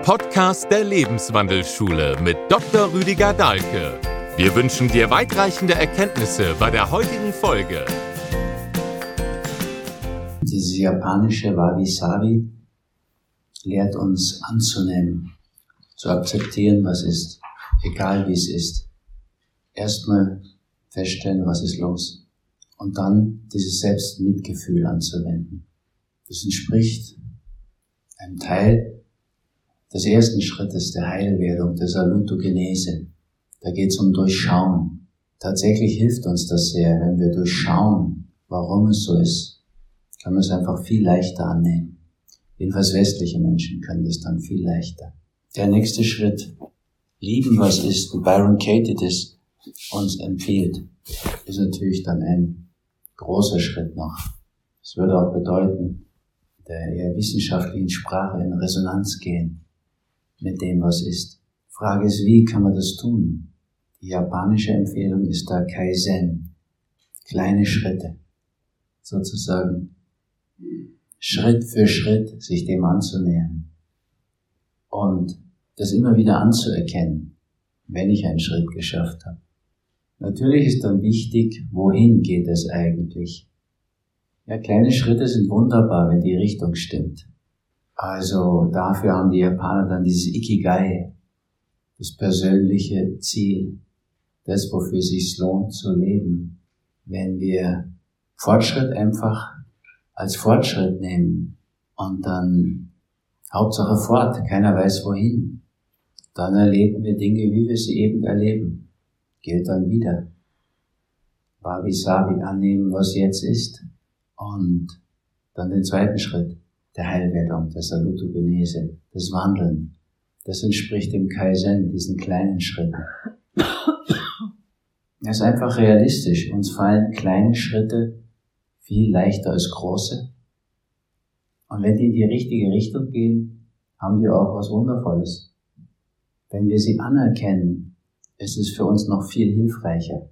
Podcast der Lebenswandelschule mit Dr. Rüdiger Dahlke. Wir wünschen dir weitreichende Erkenntnisse bei der heutigen Folge. Dieses japanische Wabi-Sabi lehrt uns anzunehmen, zu akzeptieren, was ist, egal wie es ist. Erstmal feststellen, was ist los und dann dieses Selbstmitgefühl anzuwenden. Das entspricht einem Teil des ersten Schrittes der Heilwerdung, der Salutogenese. Da geht es um Durchschauen. Tatsächlich hilft uns das sehr, wenn wir durchschauen, warum es so ist, kann man es einfach viel leichter annehmen. Jedenfalls westliche Menschen können das dann viel leichter. Der nächste Schritt, lieben, was ist, wie Byron Katie das uns empfiehlt, ist natürlich dann ein großer Schritt noch. Es würde auch bedeuten, der eher wissenschaftlichen Sprache in Resonanz gehen mit dem, was ist. Frage ist, wie kann man das tun? Die japanische Empfehlung ist da Kaizen, kleine Schritte, sozusagen Schritt für Schritt sich dem anzunähern und das immer wieder anzuerkennen, wenn ich einen Schritt geschafft habe. Natürlich ist dann wichtig, wohin geht es eigentlich? Ja, kleine Schritte sind wunderbar, wenn die Richtung stimmt. Also dafür haben die Japaner dann dieses Ikigai, das persönliche Ziel, das, wofür es sich lohnt zu leben. Wenn wir Fortschritt einfach als Fortschritt nehmen und dann Hauptsache fort, keiner weiß wohin, dann erleben wir Dinge, wie wir sie eben erleben. Gilt dann wieder. Wabi-Sabi annehmen, was jetzt ist. Und dann den zweiten Schritt, der Heilwerdung, der Salutogenese, das Wandeln. Das entspricht dem Kaizen, diesen kleinen Schritten. Es ist einfach realistisch. Uns fallen kleine Schritte viel leichter als große. Und wenn die in die richtige Richtung gehen, haben die auch was Wundervolles. Wenn wir sie anerkennen, ist es für uns noch viel hilfreicher.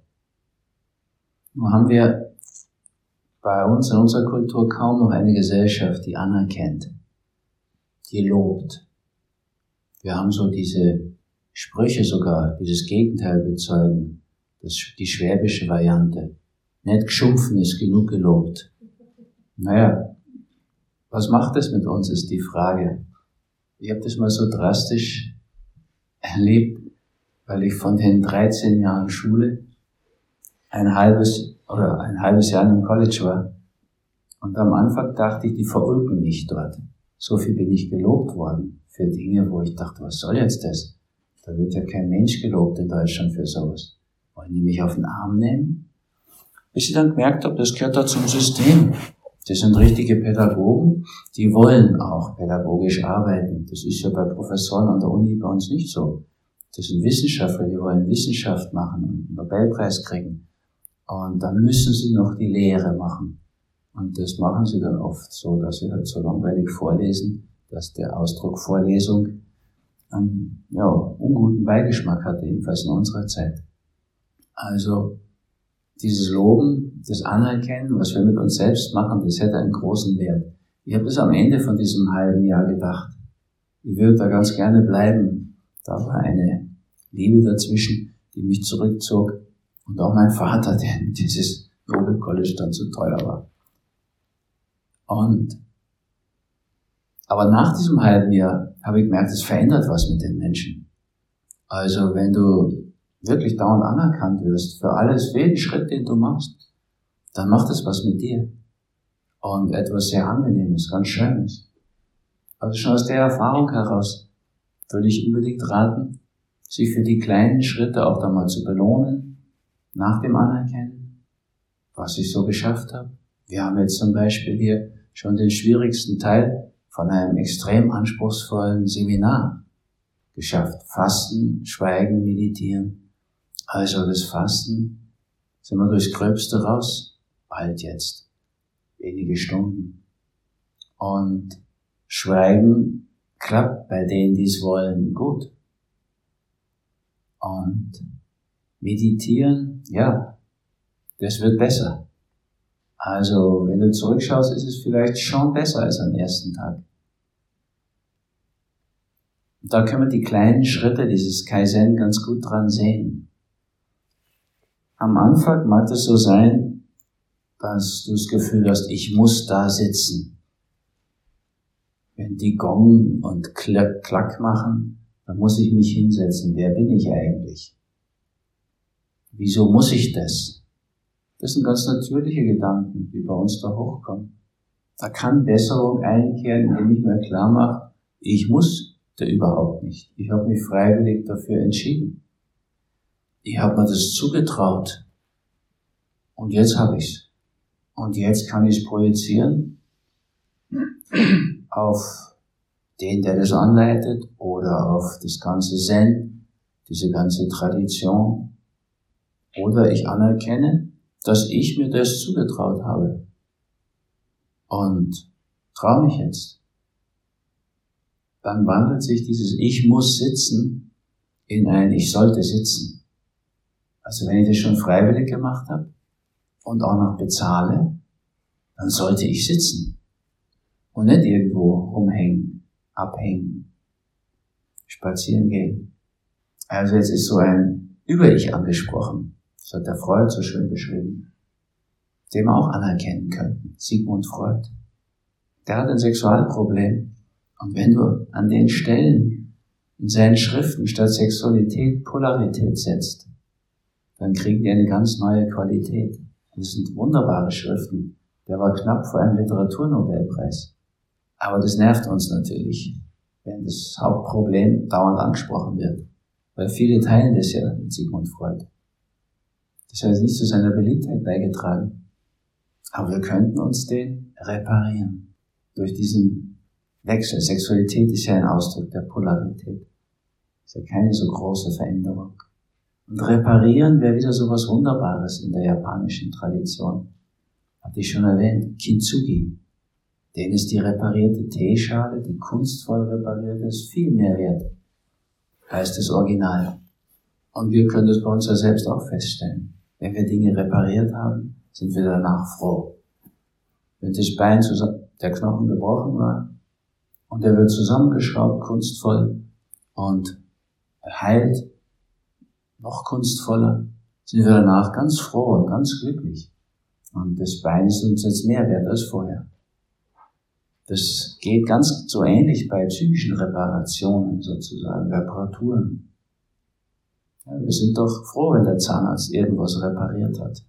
Nur haben wir bei uns in unserer Kultur kaum noch eine Gesellschaft, die anerkennt, die lobt. Wir haben so diese Sprüche sogar, die das Gegenteil bezeugen, die schwäbische Variante. Nicht geschumpfen ist genug gelobt. Naja, was macht das mit uns, ist die Frage. Ich habe das mal so drastisch erlebt, weil ich von den 13 Jahren Schule ein halbes Jahr im College war. Und am Anfang dachte ich, die verulken mich dort. So viel bin ich gelobt worden für Dinge, wo ich dachte, was soll jetzt das? Da wird ja kein Mensch gelobt in Deutschland für sowas. Wollen die mich auf den Arm nehmen? Bis ich dann gemerkt habe, das gehört da zum System. Das sind richtige Pädagogen, die wollen auch pädagogisch arbeiten. Das ist ja bei Professoren an der Uni bei uns nicht so. Das sind Wissenschaftler, die wollen Wissenschaft machen und einen Nobelpreis kriegen. Und dann müssen sie noch die Lehre machen. Und das machen sie dann oft so, dass sie halt so langweilig vorlesen, dass der Ausdruck Vorlesung einen unguten Beigeschmack hatte, jedenfalls in unserer Zeit. Also dieses Loben, das Anerkennen, was wir mit uns selbst machen, das hätte einen großen Wert. Ich habe das am Ende von diesem halben Jahr gedacht. Ich würde da ganz gerne bleiben. Da war eine Liebe dazwischen, die mich zurückzog. Und auch mein Vater, der dieses Nobel College dann zu teuer war. Aber nach diesem halben Jahr habe ich gemerkt, es verändert was mit den Menschen. Also wenn du wirklich dauernd anerkannt wirst für alles, für jeden Schritt, den du machst, dann macht es was mit dir. Und etwas sehr Angenehmes, ganz Schönes. Also schon aus der Erfahrung heraus würde ich unbedingt raten, sich für die kleinen Schritte auch dann mal zu belohnen, nach dem Anerkennen, was ich so geschafft habe. Wir haben jetzt zum Beispiel hier schon den schwierigsten Teil von einem extrem anspruchsvollen Seminar geschafft. Fasten, Schweigen, Meditieren. Also das Fasten sind wir durchs Gröbste raus. Bald jetzt. Wenige Stunden. Und Schweigen klappt bei denen, die es wollen, gut. Und Meditieren, ja, das wird besser. Also, wenn du zurückschaust, ist es vielleicht schon besser als am ersten Tag. Und da können wir die kleinen Schritte dieses Kaizen ganz gut dran sehen. Am Anfang mag es so sein, dass du das Gefühl hast, ich muss da sitzen. Wenn die Gong und Klack machen, dann muss ich mich hinsetzen. Wer bin ich eigentlich? Wieso muss ich das? Das sind ganz natürliche Gedanken, die bei uns da hochkommen. Da kann Besserung einkehren, indem ich mir klar mache, ich muss da überhaupt nicht. Ich habe mich freiwillig dafür entschieden. Ich habe mir das zugetraut. Und jetzt habe ich's. Und jetzt kann ich es projizieren auf den, der das anleitet, oder auf das ganze Zen, diese ganze Tradition. Oder ich anerkenne, dass ich mir das zugetraut habe. Und traue mich jetzt. Dann wandelt sich dieses Ich muss sitzen in ein Ich sollte sitzen. Also wenn ich das schon freiwillig gemacht habe und auch noch bezahle, dann sollte ich sitzen und nicht irgendwo rumhängen, abhängen, spazieren gehen. Also jetzt ist so ein Über-Ich angesprochen. Das hat der Freud so schön beschrieben, den wir auch anerkennen könnten. Sigmund Freud. Der hat ein Sexualproblem. Und wenn du an den Stellen in seinen Schriften statt Sexualität Polarität setzt, dann kriegen die eine ganz neue Qualität. Das sind wunderbare Schriften. Der war knapp vor einem Literaturnobelpreis. Aber das nervt uns natürlich, wenn das Hauptproblem dauernd angesprochen wird. Weil viele teilen das ja mit Sigmund Freud. Das hat nicht zu seiner Beliebtheit beigetragen. Aber wir könnten uns den reparieren. Durch diesen Wechsel. Sexualität ist ja ein Ausdruck der Polarität. Ist ja keine so große Veränderung. Und reparieren wäre wieder so was Wunderbares in der japanischen Tradition. Hatte ich schon erwähnt. Kintsugi. Denen ist die reparierte Teeschale, die kunstvoll reparierte, ist viel mehr wert als das Original. Und wir können das bei uns ja selbst auch feststellen. Wenn wir Dinge repariert haben, sind wir danach froh. Wenn das Bein der Knochen gebrochen war und der wird zusammengeschraubt, kunstvoll und heilt, noch kunstvoller, sind wir danach ganz froh und ganz glücklich. Und das Bein ist uns jetzt mehr wert als vorher. Das geht ganz so ähnlich bei psychischen Reparationen sozusagen, Reparaturen. Ja, wir sind doch froh, wenn der Zahnarzt irgendwas repariert hat.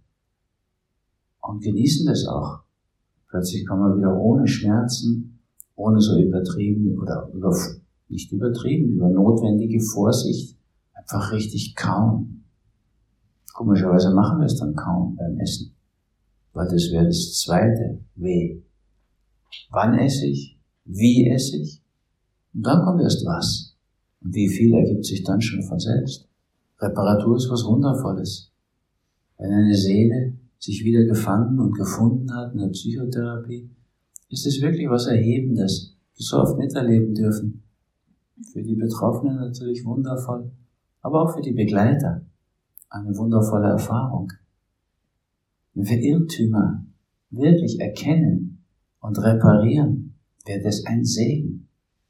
Und genießen das auch. Plötzlich kann man wieder ohne Schmerzen, ohne so übertrieben oder nicht übertrieben, über notwendige Vorsicht einfach richtig kauen. Komischerweise machen wir es dann kaum beim Essen. Weil das wäre das zweite W. Wann esse ich? Wie esse ich? Und dann kommt erst was. Und wie viel ergibt sich dann schon von selbst? Reparatur ist was Wundervolles. Wenn eine Seele sich wieder gefunden und gefunden hat in der Psychotherapie, ist es wirklich was Erhebendes, das so oft miterleben dürfen. Für die Betroffenen natürlich wundervoll, aber auch für die Begleiter eine wundervolle Erfahrung. Wenn wir Irrtümer wirklich erkennen und reparieren, wäre das ein Segen.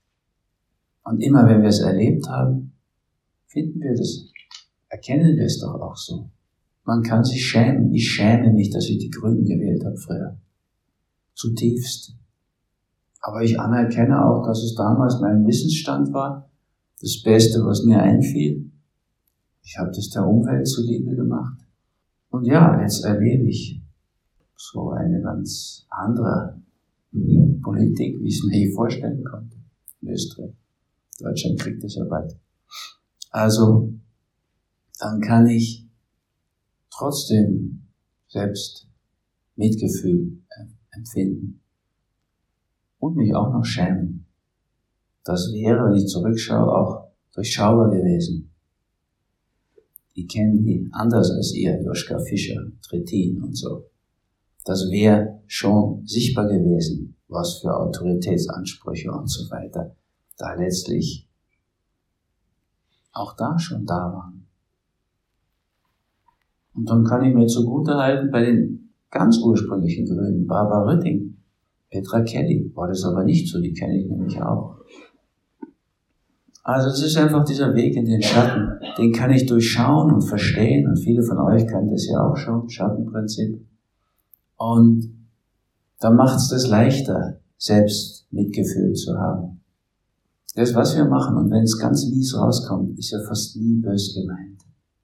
Und immer wenn wir es erlebt haben, finden wir das, erkennen wir es doch auch so. Man kann sich schämen. Ich schäme mich, dass ich die Grünen gewählt habe früher. Zutiefst. Aber ich anerkenne auch, dass es damals mein Wissensstand war, das Beste, was mir einfiel. Ich habe das der Umwelt zuliebe gemacht. Und ja, jetzt erlebe ich so eine ganz andere Politik, wie ich es mir je vorstellen konnte. In Österreich. Deutschland kriegt das ja bald. Also, dann kann ich trotzdem selbst Mitgefühl empfinden und mich auch noch schämen. Das wäre, wenn ich zurückschaue, auch durchschaubar gewesen. Ich kenne die anders als ihr, Joschka Fischer, Trittin und so. Das wäre schon sichtbar gewesen, was für Autoritätsansprüche und so weiter da letztlich auch da schon da waren. Und dann kann ich mir zugutehalten, bei den ganz ursprünglichen Grünen, Barbara Rütting, Petra Kelly, war das aber nicht so, die kenne ich nämlich auch. Also es ist einfach dieser Weg in den Schatten, den kann ich durchschauen und verstehen und viele von euch kennen das ja auch schon, Schattenprinzip. Und dann macht es das leichter, selbst Mitgefühl zu haben. Das, was wir machen, und wenn es ganz mies rauskommt, ist ja fast nie bös gemeint.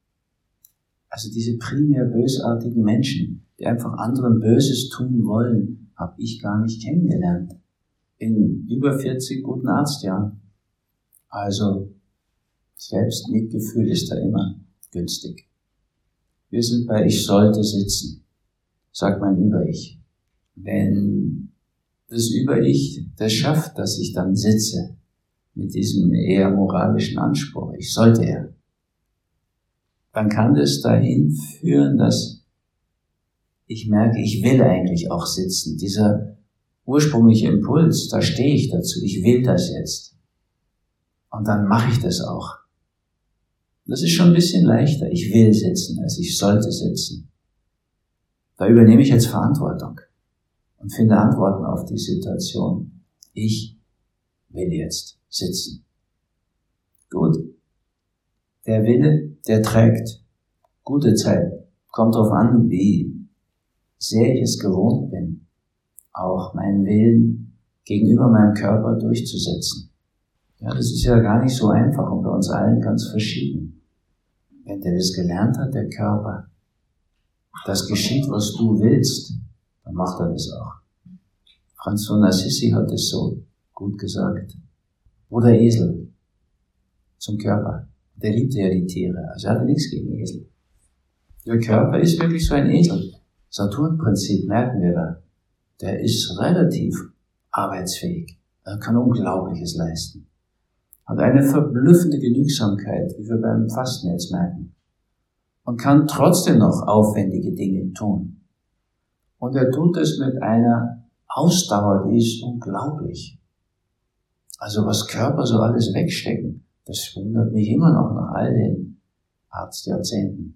Also diese primär bösartigen Menschen, die einfach anderen Böses tun wollen, habe ich gar nicht kennengelernt. In über 40 guten Arztjahren. Also selbst Mitgefühl ist da immer günstig. Wir sind bei Ich sollte sitzen, sagt mein Über-Ich. Wenn das Über-Ich das schafft, dass ich dann sitze, mit diesem eher moralischen Anspruch, ich sollte ja, dann kann das dahin führen, dass ich merke, ich will eigentlich auch sitzen. Dieser ursprüngliche Impuls, da stehe ich dazu, ich will das jetzt. Und dann mache ich das auch. Das ist schon ein bisschen leichter. Ich will sitzen, als ich sollte sitzen. Da übernehme ich jetzt Verantwortung und finde Antworten auf die Situation. Ich will jetzt sitzen. Gut. Der Wille, der trägt gute Zeit. Kommt darauf an, wie sehr ich es gewohnt bin, auch meinen Willen gegenüber meinem Körper durchzusetzen. Ja, das ist ja gar nicht so einfach und bei uns allen ganz verschieden. Wenn der das gelernt hat, der Körper, das geschieht, was du willst, dann macht er das auch. Franz von Assisi hat es so gut gesagt. Oder Esel zum Körper. Der liebte ja die Tiere, also er hatte nichts gegen Esel. Der Körper ist wirklich so ein Esel. Saturnprinzip merken wir da. Der ist relativ arbeitsfähig. Er kann Unglaubliches leisten. Hat eine verblüffende Genügsamkeit, wie wir beim Fasten jetzt merken. Und kann trotzdem noch aufwendige Dinge tun. Und er tut es mit einer Ausdauer, die ist unglaublich. Also was Körper so alles wegstecken, das wundert mich immer noch nach all den Arztjahrzehnten.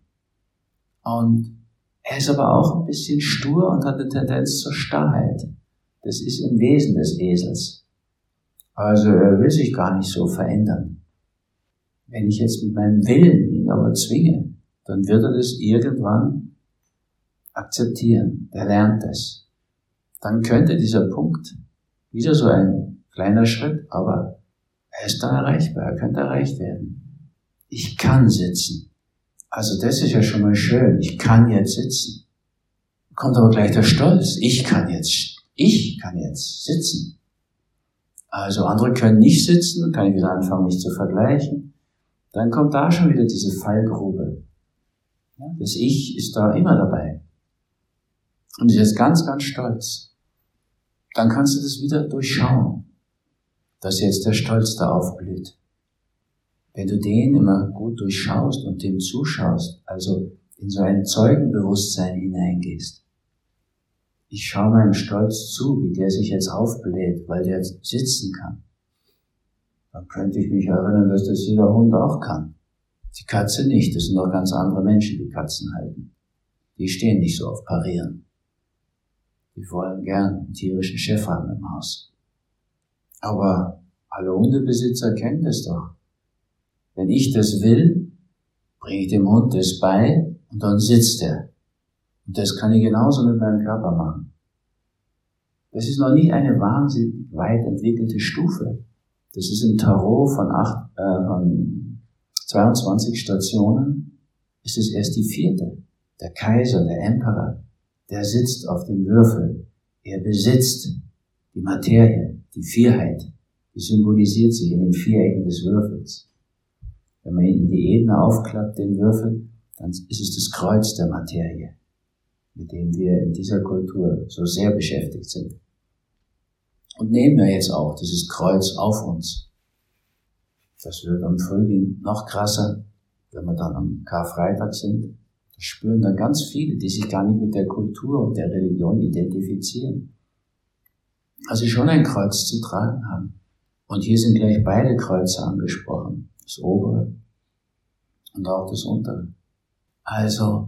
Und er ist aber auch ein bisschen stur und hat eine Tendenz zur Starrheit. Das ist im Wesen des Esels. Also er will sich gar nicht so verändern. Wenn ich jetzt mit meinem Willen ihn aber zwinge, dann wird er das irgendwann akzeptieren. Der lernt es. Dann könnte dieser Punkt, wieder so ein kleiner Schritt, aber er ist dann erreichbar, er könnte erreicht werden. Ich kann sitzen. Also das ist ja schon mal schön. Ich kann jetzt sitzen. Kommt aber gleich der Stolz. Ich kann jetzt sitzen. Also andere können nicht sitzen, kann ich wieder anfangen, mich zu vergleichen. Dann kommt da schon wieder diese Fallgrube. Ja, das Ich ist da immer dabei. Und ist jetzt ganz, ganz stolz. Dann kannst du das wieder durchschauen, dass jetzt der Stolz da aufblüht. Wenn du den immer gut durchschaust und dem zuschaust, also in so ein Zeugenbewusstsein hineingehst. Ich schaue meinem Stolz zu, wie der sich jetzt aufbläht, weil der sitzen kann. Dann könnte ich mich erinnern, dass das jeder Hund auch kann. Die Katze nicht, das sind doch ganz andere Menschen, die Katzen halten. Die stehen nicht so auf Parieren. Die wollen gern einen tierischen Chef haben im Haus. Aber alle Hundebesitzer kennen das doch. Wenn ich das will, bringe ich dem Hund das bei und dann sitzt er. Und das kann ich genauso mit meinem Körper machen. Das ist noch nicht eine wahnsinnig weit entwickelte Stufe. Das ist im Tarot von 22 Stationen, ist es erst die 4. Der Kaiser, der Emperor, der sitzt auf dem Würfel. Er besitzt die Materie, die Vierheit. Die symbolisiert sich in den Vierecken des Würfels. Wenn man ihn in die Ebene aufklappt, den Würfel, dann ist es das Kreuz der Materie, mit dem wir in dieser Kultur so sehr beschäftigt sind. Und nehmen wir jetzt auch dieses Kreuz auf uns. Das wird am Frühling noch krasser, wenn wir dann am Karfreitag sind. Das spüren dann ganz viele, die sich gar nicht mit der Kultur und der Religion identifizieren. Also schon ein Kreuz zu tragen haben. Und hier sind gleich beide Kreuze angesprochen. Das obere und auch das untere. Also,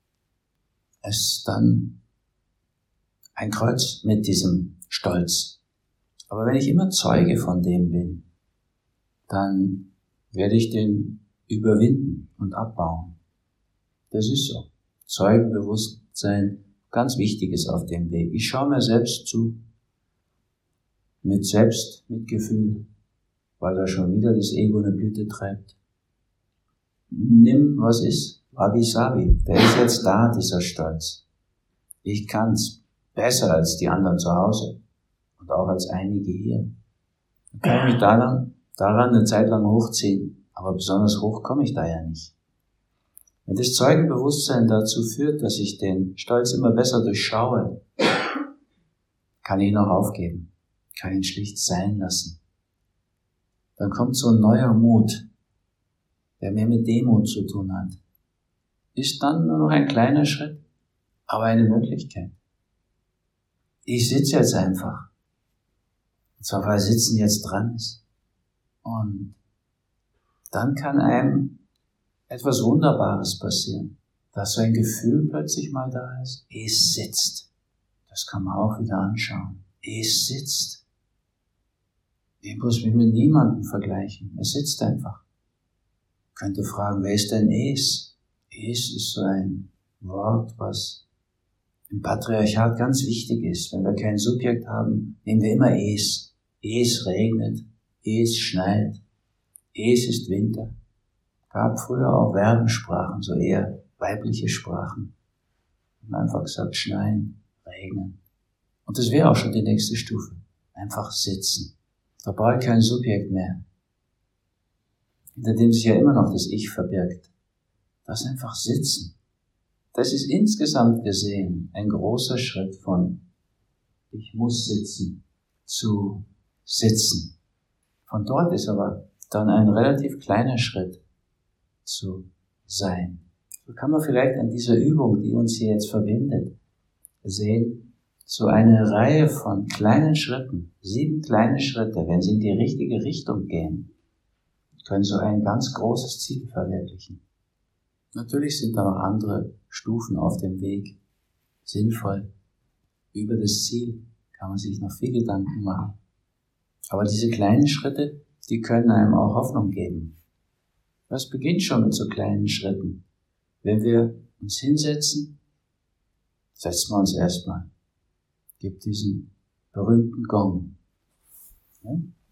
es ist dann ein Kreuz mit diesem Stolz. Aber wenn ich immer Zeuge von dem bin, dann werde ich den überwinden und abbauen. Das ist so. Zeugenbewusstsein, ganz Wichtiges auf dem Weg. Ich schaue mir selbst zu, mit Selbstmitgefühl, weil da schon wieder das Ego eine Blüte treibt. Nimm, was ist, Wabi Sabi, der ist jetzt da, dieser Stolz. Ich kann's besser als die anderen zu Hause und auch als einige hier. Dann kann ich mich daran eine Zeit lang hochziehen, aber besonders hoch komme ich da ja nicht. Wenn das Zeugenbewusstsein dazu führt, dass ich den Stolz immer besser durchschaue, kann ich ihn auch aufgeben, kann ihn schlicht sein lassen. Dann kommt so ein neuer Mut, der mehr mit Demut zu tun hat. Ist dann nur noch ein kleiner Schritt, aber eine Möglichkeit. Ich sitze jetzt einfach. Und zwar, weil Sitzen jetzt dran ist. Und dann kann einem etwas Wunderbares passieren, dass so ein Gefühl plötzlich mal da ist. Es sitzt. Das kann man auch wieder anschauen. Es sitzt. Ich muss mich mit niemandem vergleichen. Es sitzt einfach. Ich könnte fragen, wer ist denn es? Es ist so ein Wort, was im Patriarchat ganz wichtig ist. Wenn wir kein Subjekt haben, nehmen wir immer es. Es regnet, es schneit, es ist Winter. Gab früher auch Verbensprachen, so eher weibliche Sprachen. Und einfach gesagt, schneien, regnen. Und das wäre auch schon die nächste Stufe. Einfach sitzen. Da brauche ich kein Subjekt mehr, hinter dem sich ja immer noch das Ich verbirgt. Das einfach Sitzen. Das ist insgesamt gesehen ein großer Schritt von ich muss sitzen zu sitzen. Von dort ist aber dann ein relativ kleiner Schritt zu sein. So kann man vielleicht an dieser Übung, die uns hier jetzt verbindet, sehen, so eine Reihe von kleinen Schritten, 7 kleine Schritte, wenn sie in die richtige Richtung gehen, können so ein ganz großes Ziel verwirklichen. Natürlich sind da noch andere Stufen auf dem Weg sinnvoll. Über das Ziel kann man sich noch viel Gedanken machen. Aber diese kleinen Schritte, die können einem auch Hoffnung geben. Das beginnt schon mit so kleinen Schritten. Wenn wir uns hinsetzen, setzen wir uns erstmal. Gibt diesen berühmten Gong. Ja?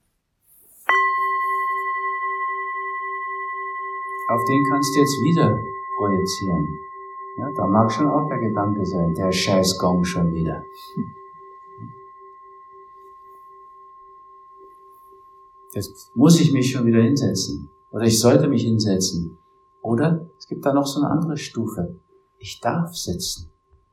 Auf den kannst du jetzt wieder projizieren. Ja, da mag schon auch der Gedanke sein, der scheiß Gong schon wieder. Jetzt muss ich mich schon wieder hinsetzen. Oder ich sollte mich hinsetzen. Oder es gibt da noch so eine andere Stufe. Ich darf sitzen.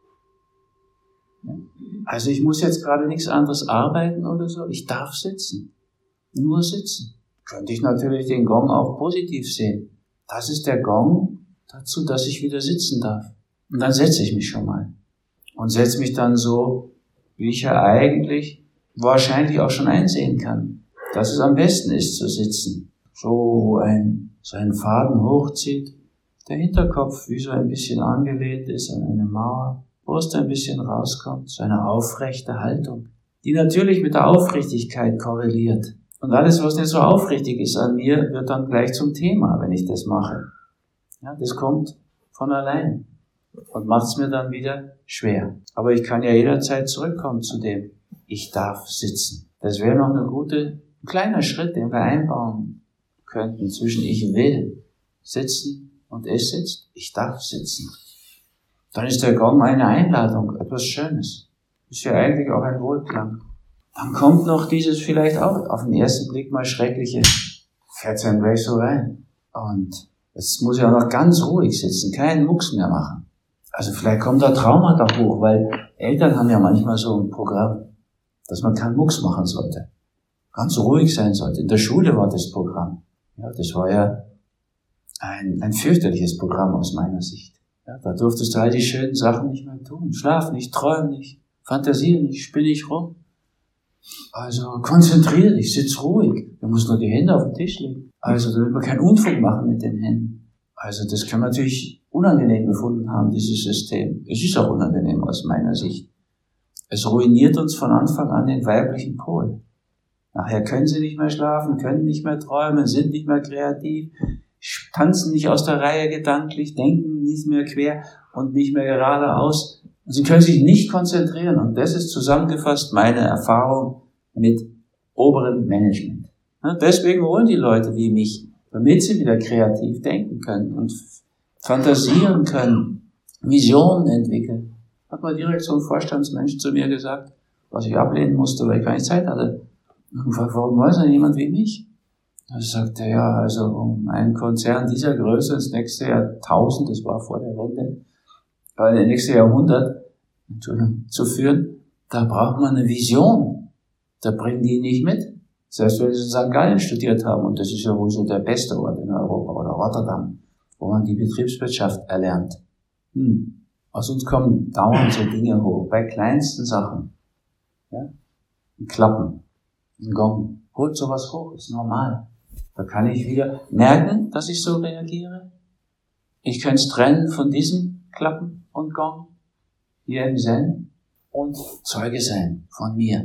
Ja? Also ich muss jetzt gerade nichts anderes arbeiten oder so. Ich darf sitzen. Nur sitzen. Könnte ich natürlich den Gong auch positiv sehen. Das ist der Gong dazu, dass ich wieder sitzen darf. Und dann setze ich mich schon mal. Und setze mich dann so, wie ich ja eigentlich wahrscheinlich auch schon einsehen kann, dass es am besten ist zu sitzen. So, wo so ein Faden hochzieht, der Hinterkopf wie so ein bisschen angelehnt ist an eine Mauer, Brust ein bisschen rauskommt, so eine aufrechte Haltung, die natürlich mit der Aufrichtigkeit korreliert. Und alles, was nicht so aufrichtig ist an mir, wird dann gleich zum Thema, wenn ich das mache. Ja, das kommt von allein und macht es mir dann wieder schwer. Aber ich kann ja jederzeit zurückkommen zu dem, ich darf sitzen. Das wäre noch ein kleiner Schritt, den wir einbauen könnten zwischen ich will sitzen und es sitzt. Ich darf sitzen. Dann ist der Gong eine Einladung, etwas Schönes. Ist ja eigentlich auch ein Wohlklang. Dann kommt noch dieses vielleicht auch auf den ersten Blick mal schreckliche, fährt dann gleich so rein. Und jetzt muss ich auch noch ganz ruhig sitzen, keinen Mucks mehr machen. Also vielleicht kommt da Traumata hoch, weil Eltern haben ja manchmal so ein Programm, dass man keinen Mucks machen sollte. Ganz ruhig sein sollte. In der Schule war das Programm. Ja, das war ja ein fürchterliches Programm aus meiner Sicht. Ja, da durftest du all die schönen Sachen nicht mehr tun. Schlaf nicht, träum nicht, fantasiere nicht, spinn nicht rum. Also konzentriere dich, sitz ruhig. Du musst nur die Hände auf den Tisch legen. Also damit wir keinen Unfug machen mit den Händen. Also das kann man natürlich unangenehm gefunden haben, dieses System. Es ist auch unangenehm aus meiner Sicht. Es ruiniert uns von Anfang an den weiblichen Pol. Nachher können sie nicht mehr schlafen, können nicht mehr träumen, sind nicht mehr kreativ, tanzen nicht aus der Reihe gedanklich, denken nicht mehr quer und nicht mehr geradeaus. Und sie können sich nicht konzentrieren. Und das ist zusammengefasst meine Erfahrung mit oberem Management. Deswegen holen die Leute wie mich, damit sie wieder kreativ denken können und fantasieren können, Visionen entwickeln. Hat mal direkt so ein Vorstandsmensch zu mir gesagt, was ich ablehnen musste, weil ich keine Zeit hatte. Und gefragt, warum weiß denn jemand wie mich? Da sagte er, ja, also um einen Konzern dieser Größe ins nächste Jahrtausend, das war vor der Wende, ins nächste Jahrhundert, zu führen, da braucht man eine Vision. Da bringen die nicht mit. Selbst wenn sie in St. Gallen studiert haben, und das ist ja wohl so der beste Ort in Europa, oder Rotterdam, wo man die Betriebswirtschaft erlernt. Aus uns kommen dauernd so Dinge hoch, bei kleinsten Sachen. Ja? Ein Klappen, ein Gong, holt sowas hoch, ist normal. Da kann ich wieder merken, dass ich so reagiere. Ich kann es trennen von diesem Klappen und Gong hier im Zen und Zeuge sein von mir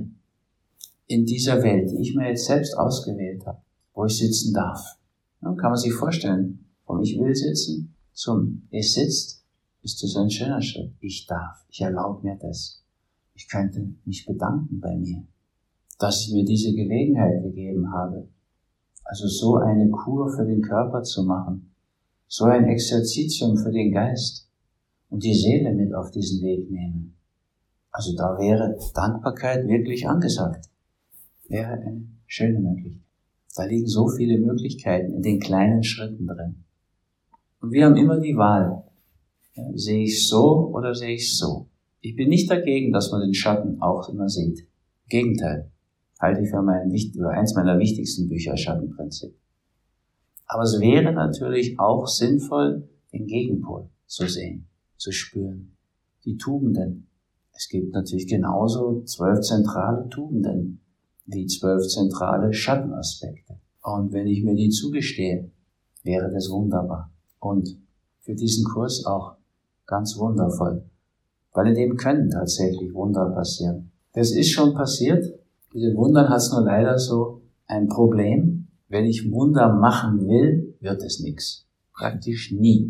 in dieser Welt, die ich mir jetzt selbst ausgewählt habe, wo ich sitzen darf. Dann kann man sich vorstellen, vom Ich will sitzen zum Es sitzt, ist das ein schöner Schritt. Ich darf, ich erlaube mir das. Ich könnte mich bedanken bei mir, dass ich mir diese Gelegenheit gegeben habe. Also so eine Kur für den Körper zu machen, so ein Exerzitium für den Geist und die Seele mit auf diesen Weg nehmen. Also da wäre Dankbarkeit wirklich angesagt. Wäre eine schöne Möglichkeit. Da liegen so viele Möglichkeiten in den kleinen Schritten drin. Und wir haben immer die Wahl. Ja, sehe ich so oder sehe ich so? Ich bin nicht dagegen, dass man den Schatten auch immer sieht. Im Gegenteil. Halte ich für eins meiner wichtigsten Bücher, Schattenprinzip. Aber es wäre natürlich auch sinnvoll, den Gegenpol zu sehen, zu spüren. Die Tugenden. Es gibt natürlich genauso 12 zentrale Tugenden wie 12 zentrale Schattenaspekte. Und wenn ich mir die zugestehe, wäre das wunderbar. Und für diesen Kurs auch ganz wundervoll. Weil in dem können tatsächlich Wunder passieren. Das ist schon passiert. Mit den Wundern hat es nur leider so ein Problem. Wenn ich Wunder machen will, wird es nichts. Praktisch nie.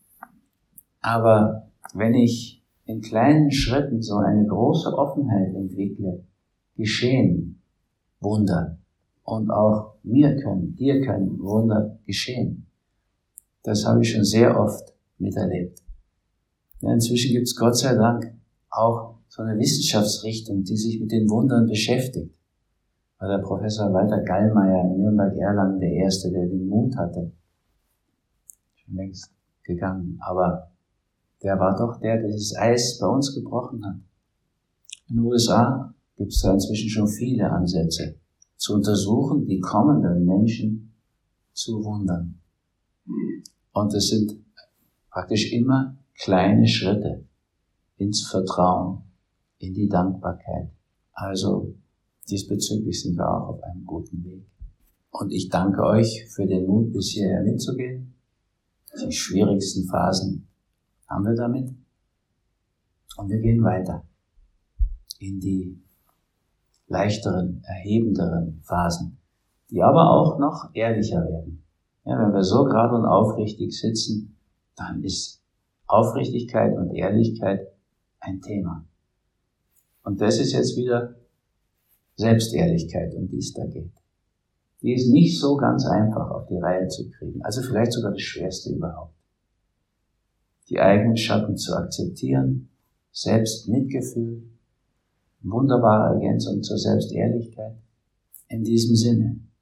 Aber wenn ich in kleinen Schritten so eine große Offenheit entwickle, geschehen Wunder. Und auch dir können Wunder geschehen. Das habe ich schon sehr oft miterlebt. Ja, inzwischen gibt es Gott sei Dank auch so eine Wissenschaftsrichtung, die sich mit den Wundern beschäftigt. War der Professor Walter Gallmeier in Nürnberg-Erlangen der Erste, der den Mut hatte. Schon längst gegangen. Aber der war doch der dieses Eis bei uns gebrochen hat. In den USA gibt es da inzwischen schon viele Ansätze, zu untersuchen, die kommenden Menschen zu wundern. Und es sind praktisch immer kleine Schritte ins Vertrauen, in die Dankbarkeit. Also diesbezüglich sind wir auch auf einem guten Weg. Und ich danke euch für den Mut, bis hierher mitzugehen. Die schwierigsten Phasen haben wir damit. Und wir gehen weiter in die leichteren, erhebenderen Phasen, die aber auch noch ehrlicher werden. Ja, wenn wir so gerade und aufrichtig sitzen, dann ist Aufrichtigkeit und Ehrlichkeit ein Thema. Und das ist jetzt wieder Selbstehrlichkeit, um die es da geht. Die ist nicht so ganz einfach auf die Reihe zu kriegen, also vielleicht sogar das Schwerste überhaupt. Die eigenen Schatten zu akzeptieren, Selbstmitgefühl, wunderbare Ergänzung zur Selbstehrlichkeit. In diesem Sinne.